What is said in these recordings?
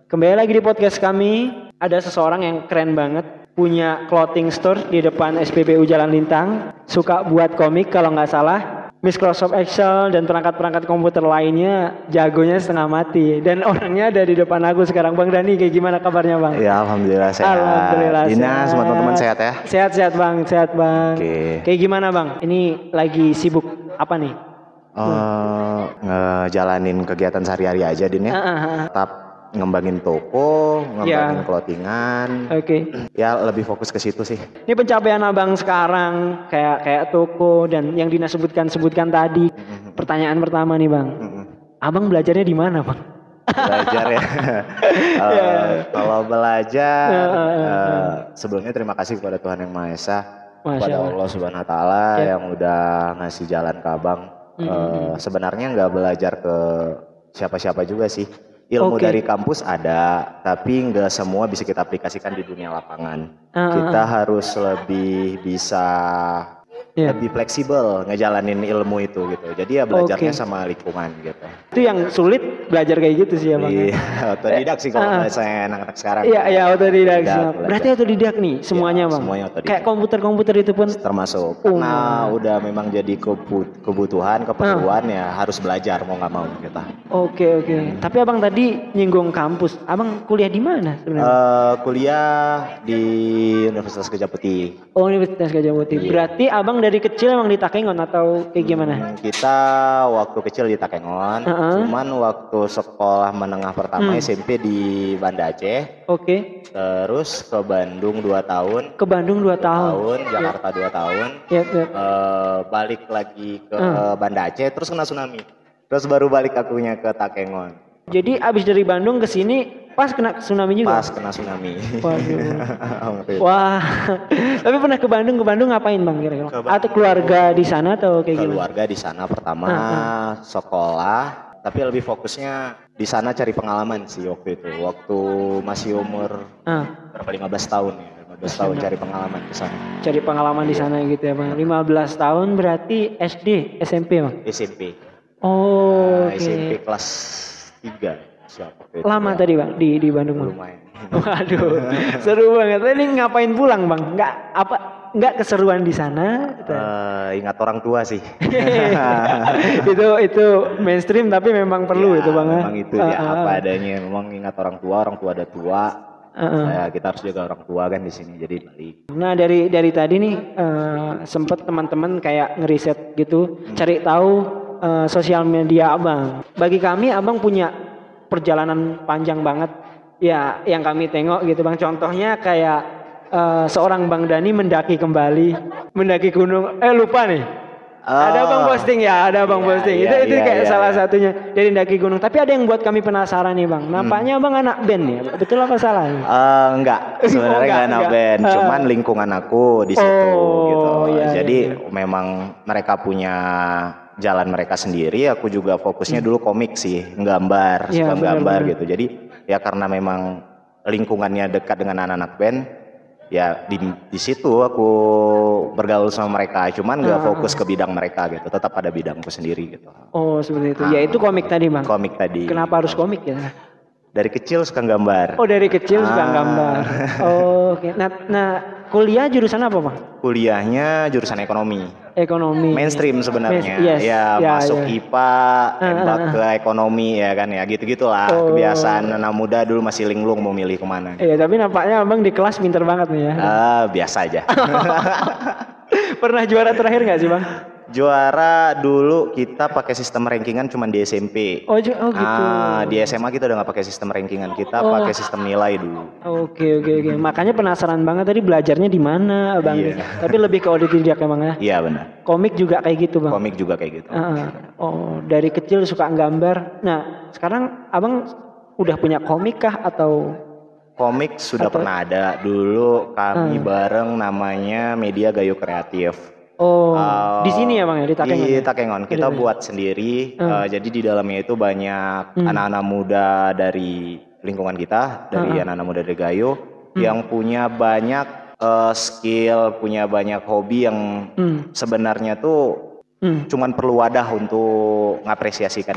Kembali lagi di podcast kami. Ada seseorang yang keren banget, punya clothing store di depan SPBU Jalan Lintang, suka buat komik kalau nggak salah, Microsoft Excel dan perangkat-perangkat komputer lainnya, jagonya setengah mati. Dan orangnya ada di depan aku sekarang. Bang Dani, kayak gimana kabarnya Bang? Ya alhamdulillah sehat. Alhamdulillah Dina, sehat. semua teman-teman sehat ya? Sehat Bang, sehat Bang. Oke. Kayak gimana Bang? Ini lagi sibuk apa nih? Ngejalanin kegiatan sehari-hari aja Din ya. Tetap ngembangin toko, ngembangin clothingan. Oke. Ya lebih fokus ke situ sih. Ini pencapaian abang sekarang kayak toko dan yang Dina sebutkan tadi. Pertanyaan pertama nih Bang. Abang belajarnya di mana Bang? Belajar ya. Kalau belajar, sebelumnya terima kasih kepada Tuhan Yang Maha Esa, kepada Allah Subhanahu Wa Taala yang udah ngasih jalan ke abang. Sebenarnya nggak belajar ke siapa-siapa juga sih. Ilmu dari kampus ada, tapi nggak semua bisa kita aplikasikan di dunia lapangan. Kita harus lebih bisa lebih fleksibel ngejalanin ilmu itu gitu. Jadi ya belajarnya sama lingkungan gitu. Itu yang sulit belajar kayak gitu sih ya Bang. Iya, otodidak sih kalau saya anak-anak sekarang. Iya, otodidak sih. Berarti otodidak nih semuanya Bang. Semuanya otodidak. Kayak komputer itu pun termasuk. Karena udah memang jadi kebutuhan, keperluan ya harus belajar mau nggak mau kita. Oke. Tapi Abang tadi nyinggung kampus. Abang kuliah di mana sebenarnya? Kuliah di Universitas Gadjah Putih. Oh, Universitas Gadjah Putih. Berarti Abang dari kecil emang di Takengon atau kayak gimana? Kita waktu kecil di Takengon, cuman waktu sekolah menengah pertama SMP di Banda Aceh. Oke. Terus ke Bandung 2 tahun. Ke Bandung 2 tahun. Jakarta 2 tahun. Balik lagi ke Banda Aceh, terus kena tsunami. Terus baru balik akunya ke Takengon. Jadi abis dari Bandung ke sini pas kena tsunami juga? Pas kena tsunami. Waduh. Wah. Tapi pernah ke Bandung ngapain Bang kira-kira? Atau keluarga di sana atau kayak gimana? Keluarga di sana pertama sekolah, tapi lebih fokusnya di sana cari pengalaman sih waktu itu. Waktu masih umur berapa 15 tahun ya. 15 tahun cari pengalaman di sana. Cari pengalaman di sana gitu ya Bang. 15 tahun berarti SD, SMP Bang? SMP. Oh, SMP kelas 3. Lama tadi Bang di Bandung. Lumayan. Waduh, seru banget. Ini ngapain pulang Bang? Enggak keseruan di sana? Ingat orang tua sih. itu mainstream tapi memang perlu itu Bang. Memang itu apa adanya. Memang ingat orang tua ada tua. Kita harus jaga orang tua kan di sini. Jadi balik. Nah dari tadi nih sempet teman-teman kayak ngeriset gitu, cari tahu sosial media Abang. Bagi kami Abang punya perjalanan panjang banget ya yang kami tengok gitu Bang. Contohnya kayak seorang Bang Dani mendaki gunung lupa nih. Ada Bang posting ya, posting. Itu kayak salah satunya dari mendaki gunung. Tapi ada yang buat kami penasaran nih Bang. Nampaknya Bang anak band ya. Betul apa salah? Enggak, sebenarnya enggak anak band, cuman lingkungan aku di situ gitu. Jadi memang mereka punya jalan mereka sendiri, aku juga fokusnya dulu komik sih, gambar, suka gambar gitu. Jadi ya karena memang lingkungannya dekat dengan anak-anak band, ya di situ aku bergaul sama mereka. Cuman nggak fokus ke bidang mereka gitu, tetap ada bidangku sendiri gitu. Oh seperti itu. Ya itu komik tadi Bang. Komik tadi. Kenapa harus komik ya? Dari kecil suka gambar. Oh dari kecil suka gambar. Oh oke. Nah kuliah jurusan apa Bang? Kuliahnya jurusan ekonomi. Mainstream sebenarnya. Masuk IPA, tembak ke ekonomi ya kan ya gitu-gitulah. Kebiasaan anak muda dulu masih linglung mau milih kemana. Iya tapi nampaknya Abang di kelas pinter banget nih ya. Biasa aja. Pernah juara terakhir nggak sih Bang? Juara dulu kita pakai sistem rankingan cuma di SMP. Oh gitu. Di SMA kita udah nggak pakai sistem rankingan, kita pakai sistem nilai dulu. Oke. Makanya penasaran banget tadi belajarnya di mana Bang? Tapi lebih ke otodidak emang ya? Iya benar. Komik juga kayak gitu Bang? Komik juga kayak gitu. Dari kecil suka gambar. Nah sekarang Abang udah punya komik kah atau? Komik sudah pernah ada dulu kami bareng namanya Media Gayo Kreatif. Di sini ya Bang ya, di Takengon? Di Takengon, kita buat sendiri. Jadi di dalamnya itu banyak anak-anak muda dari lingkungan kita, dari anak-anak muda dari Gayo yang punya banyak skill, punya banyak hobi yang sebenarnya tuh cuman perlu wadah untuk ngapresiasikannya.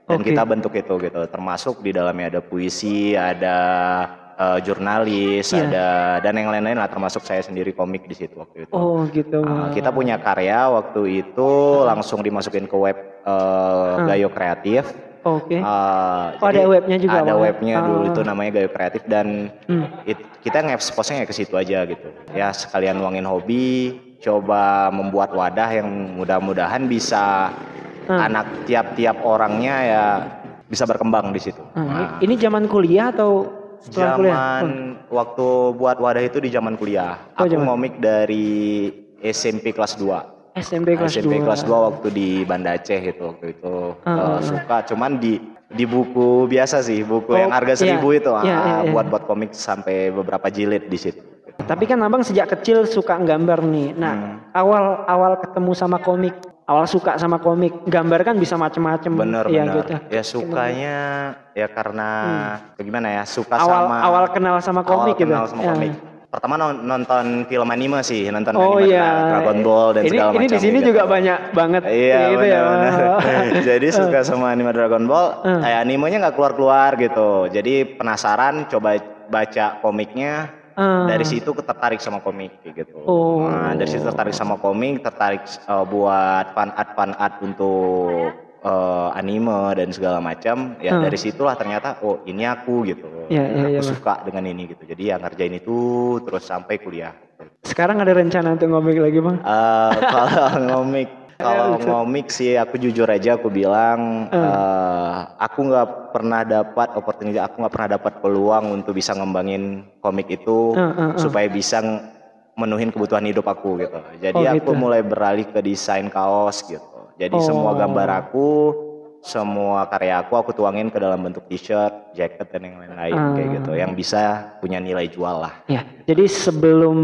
Dan kita bentuk itu gitu, termasuk di dalamnya ada puisi, ada jurnalis, ada dan yang lain-lain lah, termasuk saya sendiri komik di situ waktu itu. Oh gitu. Kita punya karya waktu itu langsung dimasukin ke web Gayo Kreatif. Oke. Jadi ada webnya juga. Ada webnya dulu itu namanya Gayo Kreatif dan kita nge-postnya ke situ aja gitu. Ya sekalian nuangin hobi, coba membuat wadah yang mudah-mudahan bisa anak tiap-tiap orangnya ya bisa berkembang di situ. Ini zaman kuliah atau setelah kuliah? Waktu buat wadah itu di zaman kuliah. Aku ngomik dari SMP kelas 2. SMP kelas 2 waktu di Banda Aceh itu waktu itu suka, cuman di buku biasa sih, buku yang harga 1.000 itu buat komik sampai beberapa jilid di situ. Tapi kan abang sejak kecil suka nggambar nih. Nah awal ketemu sama komik, awal suka sama komik, gambar kan bisa macem-macem. Bener. Gitu. Ya sukanya ya karena gimana ya, suka awal kenal sama komik gitu. Komik. Pertama nonton film anime sih, nonton anime Dragon Ball dan segala macam. Ini di sini juga banyak banget. Iya gitu benar. Jadi suka sama anime Dragon Ball, animenya nggak keluar gitu. Jadi penasaran, coba baca komiknya. Dari situ tertarik sama komik gitu. Nah, dari situ tertarik sama komik, tertarik buat fan art untuk anime dan segala macam. Ya dari situlah ternyata ini aku gitu. Aku suka dengan ini gitu. Jadi ya ngerjain itu terus sampai kuliah. Sekarang ada rencana untuk ngomik lagi bang? Kalau ngomik sih aku jujur aja aku bilang aku nggak pernah dapat opportunity, aku nggak pernah dapat peluang untuk bisa ngembangin komik itu supaya bisa menuhin kebutuhan hidup aku gitu. Jadi aku mulai beralih ke desain kaos gitu. Jadi semua gambar aku, semua karya aku tuangin ke dalam bentuk t-shirt, jaket dan yang lain-lain kayak gitu, yang bisa punya nilai jual lah. Ya, jadi sebelum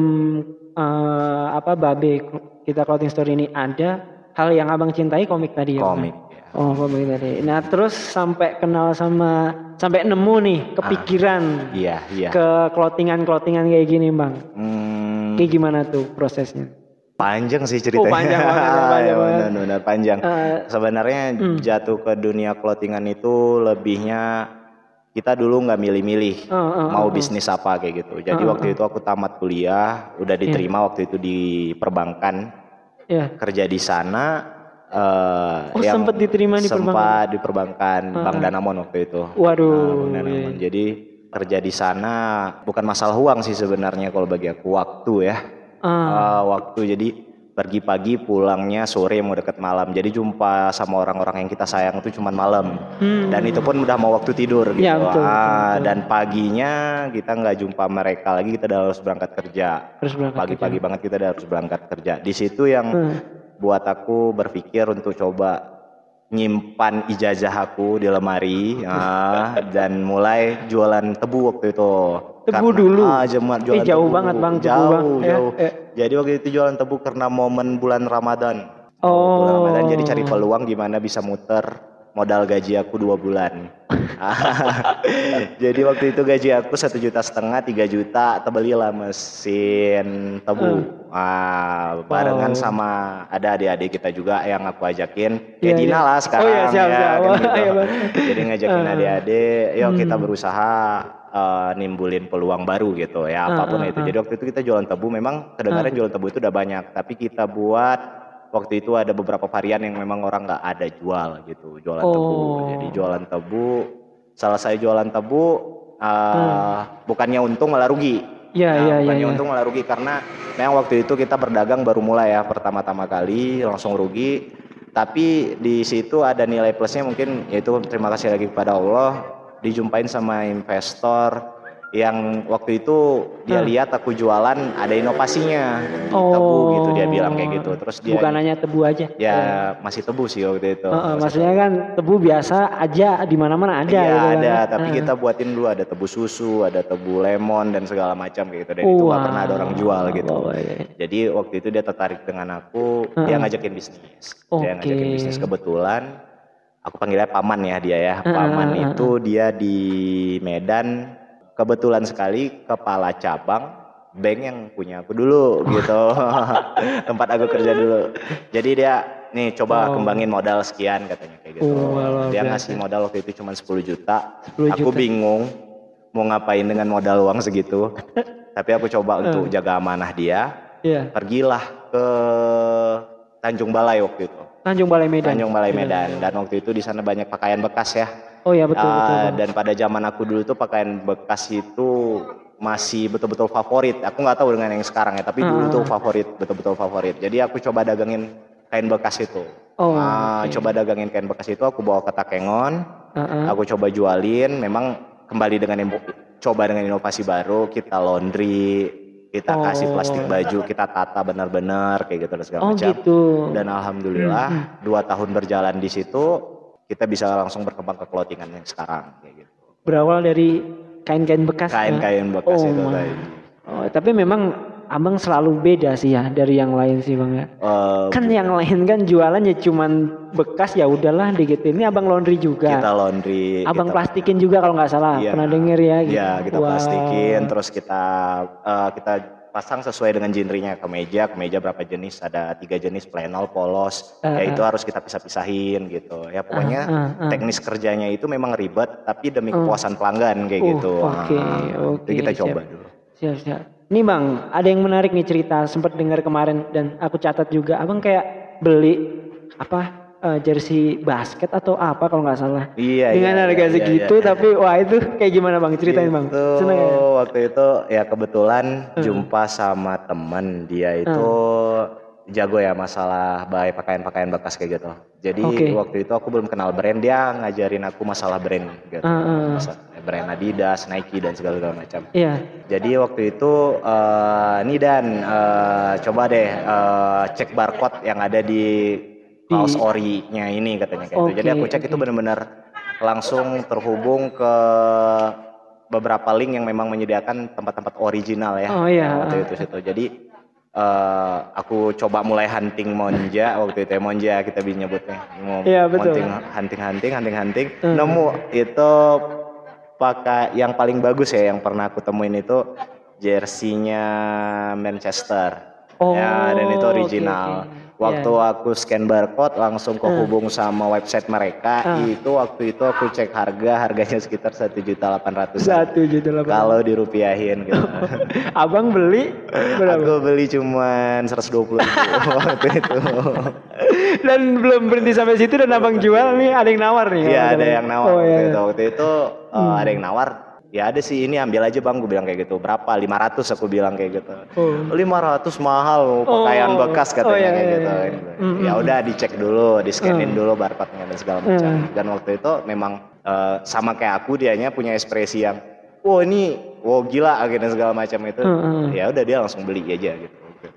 Babe Kita Clothing Store ini ada, hal yang abang cintai komik tadi ya? Komik. Oh komik tadi. Nah terus sampai kenal sampai nemu nih kepikiran ke clothingan kayak gini bang. Kayak gimana tuh prosesnya? Panjang sih ceritanya. Panjang banget. Benar panjang. Sebenarnya jatuh ke dunia clothingan itu lebihnya kita dulu nggak milih-milih mau bisnis apa kayak gitu. Jadi waktu itu aku tamat kuliah, udah diterima waktu itu di perbankan, kerja di sana. Sempat diterima di perbankan? Sempat di perbankan, Bank Danamon waktu itu. Waduh. Bank Danamon. Jadi kerja di sana bukan masalah uang sih sebenarnya kalau bagi aku, waktu ya. Waktu jadi pergi pagi pulangnya sore mau deket malam, jadi jumpa sama orang-orang yang kita sayang itu cuma malam dan itu pun udah mau waktu tidur gitu. Betul. Dan paginya kita nggak jumpa mereka lagi, kita udah harus berangkat kerja. Pagi-pagi banget kita udah harus berangkat kerja. Di situ yang buat aku berpikir untuk coba nyimpan ijazah aku di lemari dan mulai jualan tebu waktu itu. Tebu dulu. Jualan jauh tebu. banget bang. Jauh. Jadi waktu itu jualan tebu karena momen bulan Ramadan. Bulan Ramadan, jadi cari peluang gimana bisa muter modal gaji aku 2 bulan. Jadi waktu itu gaji aku 1,5 juta, 3 juta, belilah mesin tebu. Barengan sama ada adik-adik kita juga yang aku ajakin. Dina lah sekarang siap. Kan gitu. Jadi ngajakin adik-adik, yuk kita berusaha nimbulin peluang baru gitu ya, apapun itu. Jadi waktu itu kita jualan tebu, memang kedengaran jualan tebu itu udah banyak, tapi kita buat waktu itu ada beberapa varian yang memang orang nggak ada jual gitu, jualan tebu. Jadi jualan tebu, salah saya jualan tebu bukannya untung malah rugi. Bukannya untung malah rugi karena memang waktu itu kita berdagang baru mulai ya, pertama-tama kali langsung rugi. Tapi di situ ada nilai plusnya mungkin, yaitu terima kasih lagi kepada Allah, dijumpain sama investor yang waktu itu dia lihat aku jualan ada inovasinya di tebu gitu, dia bilang kayak gitu. Terus dia bukan hanya tebu aja ya, masih tebu sih waktu itu. Maksudnya kan tebu biasa aja di mana-mana ada. Iya ada, tapi kita buatin dulu ada tebu susu, ada tebu lemon dan segala macam kayak gitu, dan itu gak pernah ada orang jual gitu. Jadi waktu itu dia tertarik dengan aku, dia ngajakin bisnis. Dia ngajakin bisnis, kebetulan aku panggilnya Paman ya dia ya. Paman itu dia di Medan, kebetulan sekali kepala cabang bank yang punya aku dulu gitu. Tempat aku kerja dulu. Jadi dia nih coba kembangin modal sekian katanya kayak gitu. Dia ngasih modal waktu itu cuma 10 juta. Aku bingung mau ngapain dengan modal uang segitu. Tapi aku coba untuk jaga amanah dia. Pergilah ke Tanjung Balai waktu itu. Tanjung Balai Medan. Tanjung Balai Medan. Dan waktu itu di sana banyak pakaian bekas ya. Oh iya betul. Dan pada zaman aku dulu tuh pakaian bekas itu masih betul-betul favorit. Aku nggak tahu dengan yang sekarang ya, tapi dulu tuh favorit, betul-betul favorit. Jadi aku coba dagangin kain bekas itu. Coba dagangin kain bekas itu, aku bawa ke Takengon, aku coba jualin. Memang kembali dengan inovasi baru, kita laundry, kita kasih plastik baju, kita tata benar-benar kayak gitu dan segala macam. Gitu. Dan alhamdulillah 2 tahun berjalan di situ, kita bisa langsung berkembang ke clothingan yang sekarang kayak gitu. Berawal dari kain-kain bekas. Kain-kain bekas itu tadi. Tapi memang abang selalu beda sih ya dari yang lain sih bang ya. Kan yang lain kan jualannya cuman bekas ya udahlah dikit. Ini abang laundry juga. Kita laundry. Abang plastikin juga kalau nggak salah. Pernah denger ya? Gitu. Iya kita plastikin, terus kita pasang sesuai dengan genrenya. Kemeja berapa jenis? Ada 3 jenis, flannel, polos. Ya itu harus kita pisah-pisahin gitu. Ya pokoknya teknis kerjanya itu memang ribet, tapi demi kepuasan pelanggan kayak gitu. Oke. Itu kita coba dulu. Siap. Nih bang, ada yang menarik nih cerita. Sempat dengar kemarin dan aku catat juga. Abang kayak beli jersey basket atau apa kalau nggak salah. Dengan harga segitu, tapi wah itu kayak gimana bang? Ceritain bang. Seneng ya? Waktu itu ya kebetulan jumpa sama temen, dia itu jago ya masalah pakaian bekas kayak gitu. Jadi waktu itu aku belum kenal brand, dia ngajarin aku masalah brand gitu. Brand Adidas, Nike dan segala macam. Jadi waktu itu coba deh cek barcode yang ada di kaos ori-nya ini katanya kayak gitu. Jadi aku cek itu benar-benar langsung terhubung ke beberapa link yang memang menyediakan tempat-tempat original ya. Waktu itu situ. Jadi aku coba mulai hunting Monja waktu itu. Monja kita nyebutnya. Hunting. Nemu itu pakai yang paling bagus ya yang pernah aku temuin itu jersey-nya Manchester. Dan itu original. Waktu aku scan barcode langsung kehubung sama website mereka. Itu waktu itu aku cek harganya sekitar 1.800.000. 1.800.000. Kalau dirupiahin gitu. Abang beli berapa? Aku beli cuman 120.000 waktu itu. Dan belum berhenti sampai situ dan abang jual nih, ada yang nawar nih. Iya, ada yang nawar waktu itu ada yang nawar. Ya ada sih, ini ambil aja bang, gue bilang kayak gitu. Berapa? 500 aku bilang kayak gitu. 500 mahal pakaian bekas katanya kayak gitu. Ya udah dicek dulu, di-scanin dulu barcode-nya dan segala macam. Dan waktu itu memang sama kayak aku, dianya punya ekspresi yang gila akhirnya segala macam itu. Ya udah dia langsung beli aja gitu.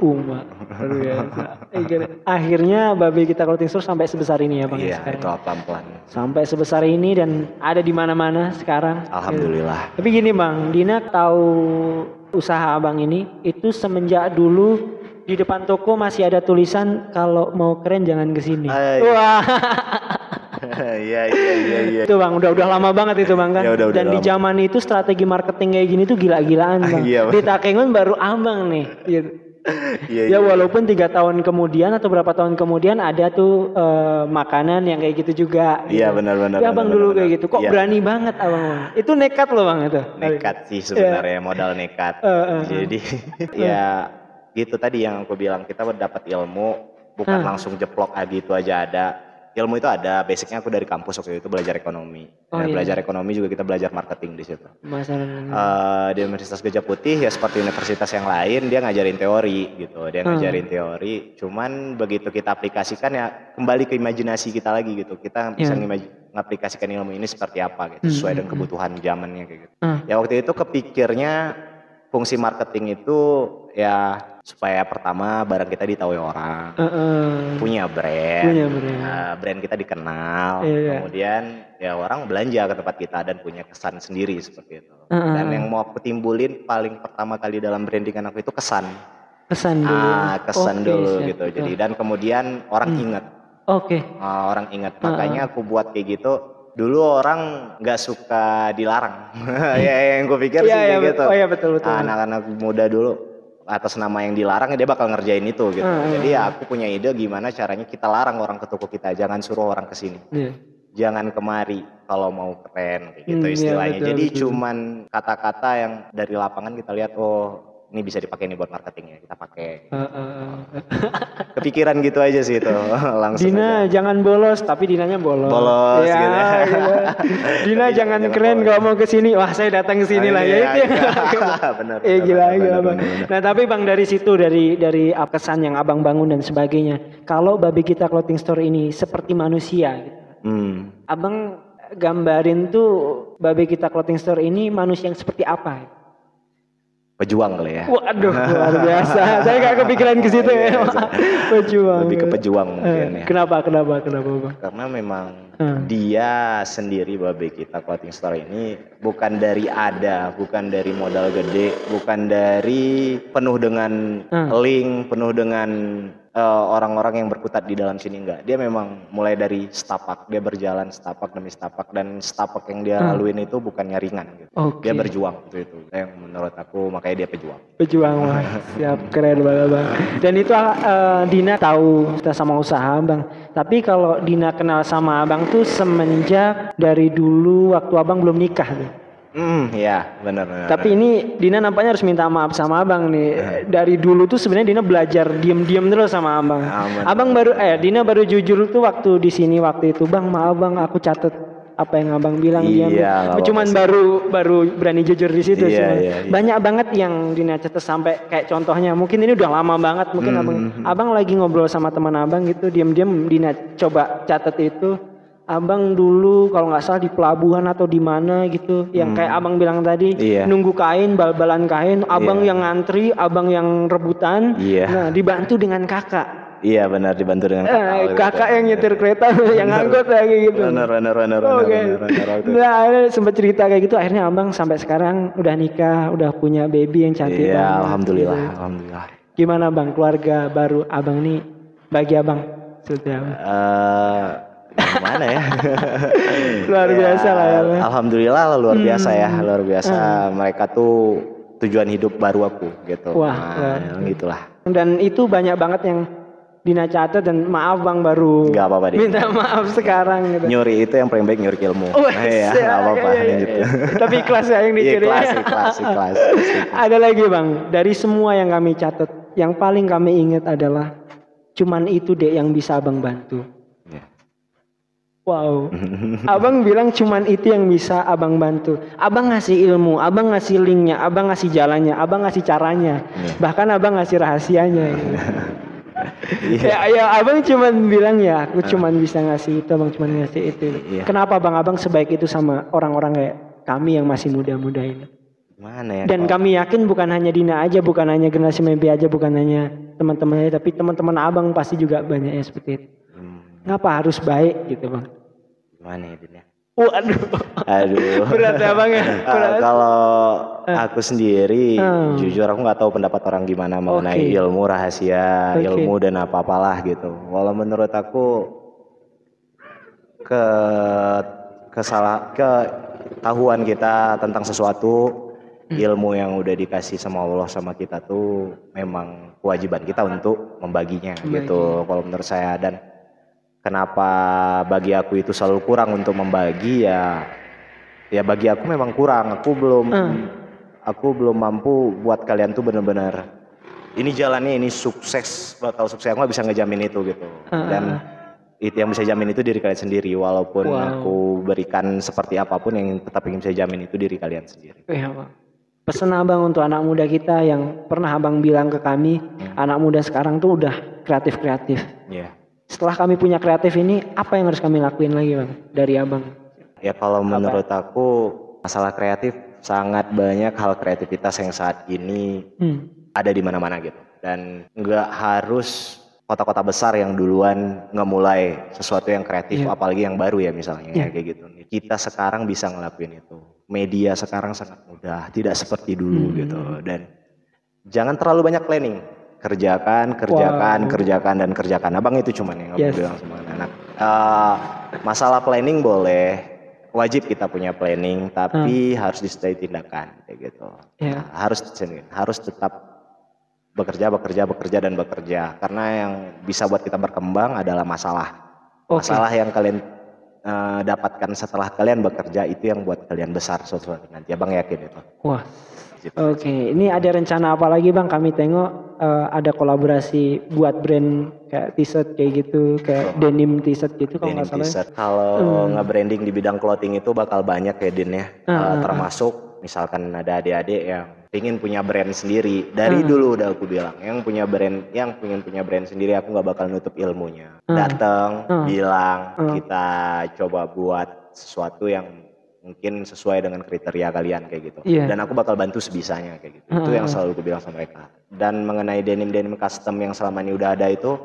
Akhirnya Babe Kita Clothing Store sampai sebesar ini ya bang. Iya, itu pelan-pelan. Sampai sebesar ini dan ada di mana-mana sekarang. Alhamdulillah. Tapi gini bang, Dina tahu usaha abang ini itu semenjak dulu di depan toko masih ada tulisan kalau mau keren jangan kesini. Wah. Iya. Itu bang, udah lama banget itu bang kan. Dan di zaman itu strategi marketing kayak gini tuh gila-gilaan bang. Di Takengon baru abang nih. Gitu. Walaupun 3 tahun kemudian atau berapa tahun kemudian ada tuh makanan yang kayak gitu juga. Iya benar. Ya abang dulu kayak gitu. Kok berani banget abang? Itu nekat loh bang itu. Nekat sih sebenarnya, modal nekat. Jadi ya gitu tadi yang aku bilang, kita dapat ilmu bukan langsung jeplok gitu aja ada. Ilmu itu ada, basicnya aku dari kampus waktu itu belajar ekonomi. Belajar ekonomi juga kita belajar marketing di situ. Di Universitas Gajah Putih ya seperti universitas yang lain, dia ngajarin teori gitu. Dia ngajarin teori, cuman begitu kita aplikasikan ya kembali ke imajinasi kita lagi gitu. Kita bisa ngaplikasikan ilmu ini seperti apa gitu, sesuai dengan kebutuhan zamannya kayak gitu. Ya waktu itu kepikirnya fungsi marketing itu ya supaya pertama barang kita ditahui orang, punya brand, brand kita dikenal, kemudian ya orang belanja ke tempat kita dan punya kesan sendiri seperti itu. Dan yang mau aku timbulin paling pertama kali dalam brandingan aku itu kesan dulu, dulu gitu. Jadi dan kemudian orang ingat, orang ingat. Makanya aku buat kayak gitu. Dulu orang nggak suka dilarang, ya yang gue pikir sih kayak gitu. Betul. Anak-anak muda dulu. atas nama yang dilarang dia bakal ngerjain itu gitu. Jadi ya aku punya ide gimana caranya kita larang orang ke toko kita, jangan suruh orang ke sini. Jangan kemari kalau mau keren kayak gitu istilahnya. Betul, jadi cuman kata-kata yang dari lapangan kita lihat, oh ini bisa dipakai nih buat marketingnya, kita pakai. Kepikiran gitu aja sih itu. Langsung Dina aja. Jangan bolos, tapi Dinanya bolos. Bolos ya, gitu. Dina jangan keren gak mau kesini, wah saya datang ke sini lah ya itu. Benar. Gila Bang. Nah tapi Bang dari situ dari kesan yang Abang bangun dan sebagainya. Kalau Babe Kita Clothing Store ini seperti manusia gitu. Abang gambarin tuh Babe Kita Clothing Store ini manusia yang seperti apa? Pejuang kali ya. Waduh luar biasa. Saya gak kepikiran ke situ ya. Pejuang. Lebih ke pejuang mungkin ya. Kenapa Bang? Karena memang dia sendiri Babe Kita Clothing Store ini bukan dari bukan dari modal gede, bukan dari penuh dengan link, penuh dengan orang-orang yang berkutat di dalam sini, enggak. Dia memang mulai dari setapak, dia berjalan setapak demi setapak, dan setapak yang dia laluin itu bukannya ringan gitu. Dia berjuang itu yang menurut aku, makanya dia pejuang. Wah, siap, keren banget Bang. Dan itu Dina tahu kita sama usaha Bang. Tapi kalau Dina kenal sama Abang tuh semenjak dari dulu waktu Abang belum nikah tuh. Ya benar. Tapi ini Dina nampaknya harus minta maaf sama Abang nih. Dari dulu tuh sebenarnya Dina belajar diam-diam terus sama Abang. Dina baru jujur tuh waktu di sini waktu itu, Bang maaf Bang aku catet apa yang Abang bilang diam. Cuman baru berani jujur di situ sih. Iya. Banyak banget yang Dina catet sampai kayak contohnya mungkin ini udah lama banget mungkin Abang lagi ngobrol sama teman Abang gitu diam-diam Dina coba catet itu. Abang dulu kalau nggak salah di pelabuhan atau di mana gitu, yang kayak Abang bilang tadi, nunggu kain, bal-balan kain, Abang yang ngantri, Abang yang rebutan, nah dibantu dengan kakak. Iya benar, dibantu dengan kakak. Kakak yang nyetir kereta, yang angkut kayak gitu. Benar. Nah sempat cerita kayak gitu, akhirnya Abang sampai sekarang udah nikah, udah punya baby yang cantik. Iya, alhamdulillah, gitu. alhamdulillah. Gimana Bang keluarga baru Abang nih, bagi Abang seperti apa? Gimana ya? Luar biasa lah ya. Alhamdulillah luar biasa ya, luar biasa. Mereka tuh tujuan hidup baru aku gitu. Wah, gitulah. Dan itu banyak banget yang Dina catat dan maaf Bang baru. Gak apa-apa deh. Minta maaf sekarang gitu. Nyuri itu yang paling baik nyuri ilmu. Gak apa-apa. Tapi ikhlas ya yang dicuri. Ikhlas. Ada lagi Bang, dari semua yang kami catat, yang paling kami ingat adalah cuman itu deh yang bisa Abang bantu. Wow, Abang bilang cuman itu yang bisa Abang bantu. Abang ngasih ilmu, Abang ngasih linknya, Abang ngasih jalannya, Abang ngasih caranya, bahkan Abang ngasih rahasianya. Ya, Abang cuman bilang ya, aku cuman bisa ngasih itu, Abang cuman ngasih itu. Kenapa Abang sebaik itu sama orang-orang kayak kami yang masih muda-muda ini? Gimana ya? Dan kami yakin bukan hanya Dina aja, bukan hanya generasi mimpi aja, bukan hanya teman-teman aja, tapi teman-teman Abang pasti juga banyak yang seperti itu. Ngapa harus baik gitu Bang? Gimana ya Dina? Aduh. Berat ya Bang ya? Kalau aku sendiri jujur aku gak tahu pendapat orang gimana mengenai ilmu rahasia, ilmu dan apa-apalah gitu. Walau menurut aku ketahuan kita tentang sesuatu, ilmu yang udah dikasih sama Allah sama kita tuh memang kewajiban kita untuk membaginya gitu kalau menurut saya. Dan kenapa bagi aku itu selalu kurang untuk membagi ya bagi aku memang kurang. Aku belum mampu buat kalian tuh benar-benar ini jalannya, ini sukses, bakal sukses. Aku gak bisa ngejamin itu gitu. Dan itu yang bisa jamin itu diri kalian sendiri. Walaupun aku berikan seperti apapun, yang tetap ingin bisa jamin itu diri kalian sendiri. Pesan Abang untuk anak muda kita yang pernah Abang bilang ke kami, anak muda sekarang tuh udah kreatif. Setelah kami punya kreatif ini, apa yang harus kami lakuin lagi Bang dari Abang? Ya kalau menurut aku masalah kreatif sangat banyak hal kreativitas yang saat ini ada di mana-mana gitu. Dan nggak harus kota-kota besar yang duluan ngemulai sesuatu yang kreatif, apalagi yang baru ya misalnya kayak gitu. Kita sekarang bisa ngelakuin itu. Media sekarang sangat mudah, tidak seperti dulu gitu. Dan jangan terlalu banyak planning. Kerjakan. Abang itu cuman yang aku bilang sama anak. Masalah planning boleh, wajib kita punya planning, tapi harus disertai tindakan kayak gitu. Harus tetap bekerja dan bekerja. Karena yang bisa buat kita berkembang adalah masalah. Masalah yang kalian dapatkan setelah kalian bekerja itu yang buat kalian besar suatu saat nanti. Abang yakin itu. Wah. Oke, ini ada rencana apa lagi Bang? Kami tengok ada kolaborasi buat brand kayak t-shirt kayak gitu, kayak denim t-shirt gitu kalau nggak salah. Kalau nge-branding di bidang clothing itu bakal banyak ya Din ya. Termasuk misalkan ada adik-adik yang ingin punya brand sendiri. Dari dulu udah aku bilang, yang ingin punya brand sendiri aku nggak bakal nutup ilmunya. Datang, bilang, kita coba buat sesuatu yang mungkin sesuai dengan kriteria kalian kayak gitu. Dan aku bakal bantu sebisanya kayak gitu. Itu yang selalu aku bilang sama mereka. Dan mengenai denim custom yang selama ini udah ada itu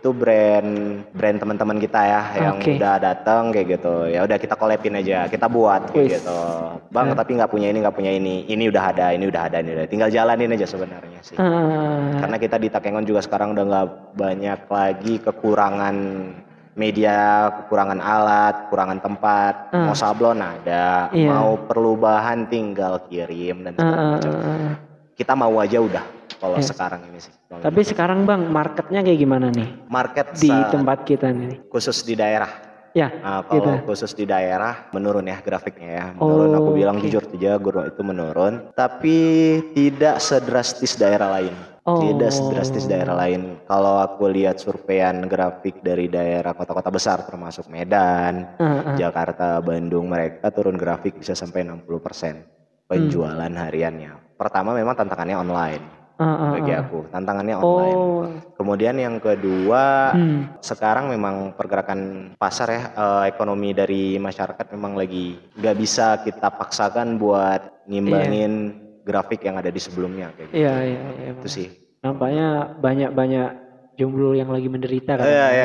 brand teman-teman kita ya yang udah datang kayak gitu. Ya udah kita collabin aja, kita buat kayak gitu. Bang, tapi nggak punya ini. Ini udah ada. Tinggal jalanin aja sebenarnya sih. Karena kita di Takengon juga sekarang udah nggak banyak lagi kekurangan media, kekurangan alat, kekurangan tempat, mau sablon ada, mau perlu bahan tinggal kirim dan segala macam. Kita mau aja udah kalau sekarang ini sih. Tapi sekarang Bang, marketnya kayak gimana nih? Market di tempat kita nih. Khusus di daerah. Ya. Kalau khusus di daerah menurun ya grafiknya ya. Menurun aku bilang jujur aja itu menurun. Tapi tidak sedrastis daerah lain. Tidak sedrastis daerah lain. Kalau aku lihat surveian grafik dari daerah kota-kota besar termasuk Medan, Jakarta, Bandung, mereka turun grafik bisa sampai 60% penjualan hariannya. Pertama memang tantangannya online. Bagi aku tantangannya online. Kemudian yang kedua, sekarang memang pergerakan pasar ya, ekonomi dari masyarakat memang lagi gak bisa kita paksakan buat ngimbangin grafik yang ada di sebelumnya kayak gitu. Iya. Itu sih. Nampaknya banyak jomblo yang lagi menderita kan. Iya.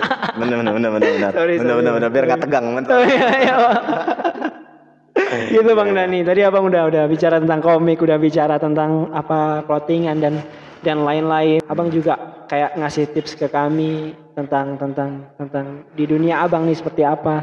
Benar. Benar. Biar gak tegang. Gitu Bang Dani. Tadi Abang udah bicara tentang komik, udah bicara tentang apa clothingan dan lain-lain. Abang juga kayak ngasih tips ke kami tentang di dunia Abang nih seperti apa.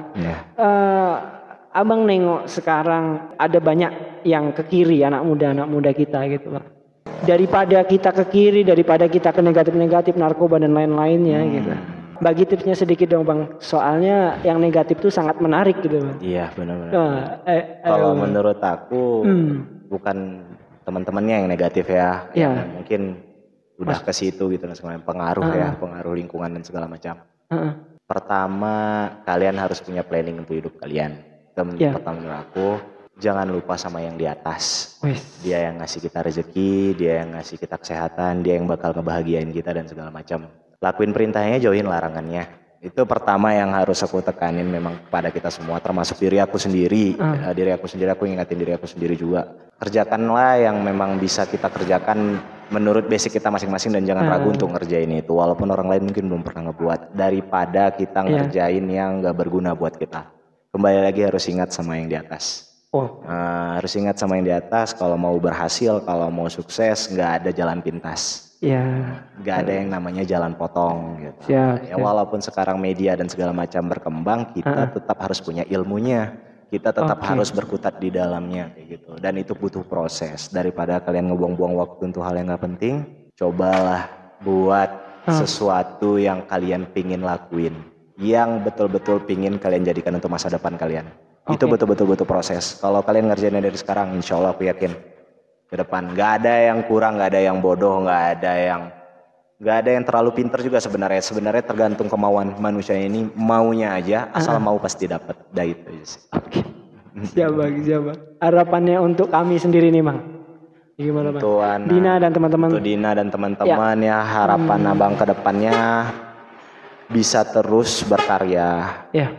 Abang nengok sekarang ada banyak yang ke kiri, anak muda kita gitu Bang. Daripada kita ke kiri, daripada kita ke negatif narkoba dan lain-lainnya gitu. Bagi tipsnya sedikit dong Bang, soalnya yang negatif tuh sangat menarik gitu Bang. Iya benar. Kalau menurut aku bukan teman-temannya yang negatif ya, yang mungkin udah ke situ gitu dan segala pengaruh lingkungan dan segala macam. Pertama, kalian harus punya planning untuk hidup kalian. Pertama menurut aku, jangan lupa sama yang di atas. Dia yang ngasih kita rezeki, dia yang ngasih kita kesehatan, dia yang bakal ngebahagiain kita dan segala macam. Lakuin perintahnya, jauhin larangannya. Itu pertama yang harus aku tekanin memang kepada kita semua, termasuk diri aku sendiri. Aku ingatin diri aku sendiri juga. Kerjakanlah yang memang bisa kita kerjakan menurut basic kita masing-masing dan jangan ragu untuk ngerjain itu. Walaupun orang lain mungkin belum pernah ngebuat. Daripada kita ngerjain yang gak berguna buat kita. Kembali lagi harus ingat sama yang di atas. Harus ingat sama yang di atas. Kalau mau berhasil, kalau mau sukses, gak ada jalan pintas. Gak ada yang namanya jalan potong gitu. Walaupun sekarang media dan segala macam berkembang, kita tetap harus punya ilmunya. Kita tetap harus berkutat di dalamnya kayak gitu. Dan itu butuh proses. Daripada kalian ngebuang-buang waktu untuk hal yang gak penting, cobalah buat sesuatu yang kalian pingin lakuin, yang betul-betul pingin kalian jadikan untuk masa depan kalian. Itu betul-betul butuh proses. Kalau kalian ngerjainnya dari sekarang, insya Allah aku yakin ke depan gak ada yang kurang, gak ada yang bodoh, gak ada yang terlalu pinter juga sebenarnya. Sebenarnya tergantung kemauan manusia ini, maunya aja, asal mau pasti dapat. Itu aja sih. Siap Bang. Harapannya untuk kami sendiri nih Bang, gimana Bang? Dina dan teman-teman. Untuk Dina dan teman-teman ya, harapan Abang ke depannya bisa terus berkarya.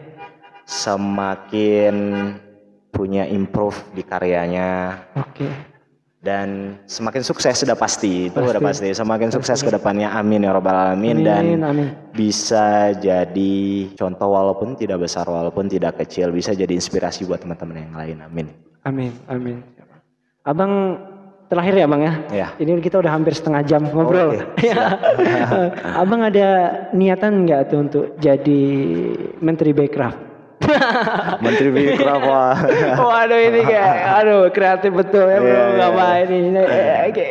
Semakin punya improve di karyanya. Dan semakin sukses sudah pasti. Itu udah pasti. Semakin sukses ke depannya, amin ya robbal alamin. Dan bisa jadi contoh walaupun tidak besar, walaupun tidak kecil, bisa jadi inspirasi buat teman-teman yang lain, amin. Abang terakhir ya Bang ya. Ini kita udah hampir setengah jam ngobrol. Abang ada niatan nggak tuh untuk jadi Menteri Backcraft? Menteri Backcraft. Waduh ini kayak kreatif betul ya bro. Ngapain ini?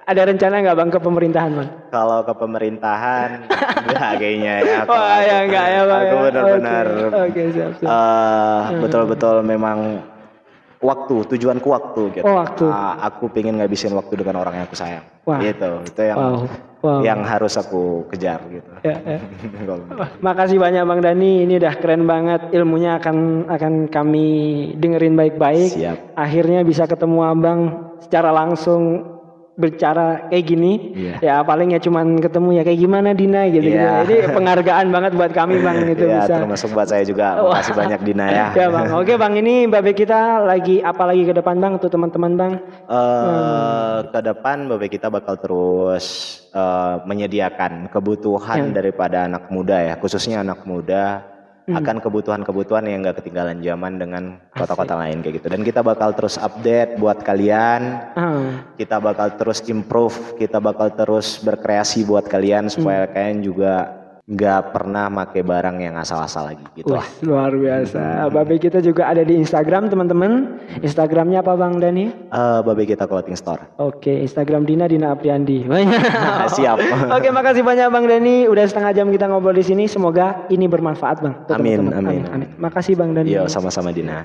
Ada rencana nggak bang ke pemerintahan bang? Kalau ke pemerintahan enggak kayaknya ya. Oh ya enggak ya bang. Aku benar-benar Oke, siap. betul-betul memang tujuanku waktu gitu. Oh, waktu. Aku pengen ngabisin waktu dengan orang yang aku sayang. Wah. Gitu. Itu yang harus aku kejar gitu. Ya. Makasih banyak Bang Dani, ini udah keren banget, ilmunya akan kami dengerin baik-baik. Siap. Akhirnya bisa ketemu Abang secara langsung berbicara kayak gini. Ya paling ya cuman ketemu ya kayak gimana Dina gitu. Jadi penghargaan banget buat kami Bang itu bisa. Termasuk buat saya juga. Makasih banyak Dina ya. Ya Bang. Oke Bang, ini Babe kita lagi apa lagi ke depan Bang untuk teman-teman Bang? Ke depan Babe kita bakal terus menyediakan kebutuhan daripada anak muda ya, khususnya anak muda. Akan kebutuhan-kebutuhan yang gak ketinggalan zaman dengan kota-kota lain kayak gitu. Dan kita bakal terus update buat kalian. Kita bakal terus improve, kita bakal terus berkreasi buat kalian supaya kalian juga gak pernah pakai barang yang asal-asal lagi gitu lah. Luar biasa. Babe kita juga ada di Instagram teman-teman. Instagramnya apa Bang Dani? Babe kita Clothing Store. Oke, Instagram Dina Apriandi. Siap. Oke, makasih banyak Bang Dani. Udah setengah jam kita ngobrol di sini. Semoga ini bermanfaat Bang. Amin. Makasih Bang Dani. Yo, sama-sama Dina.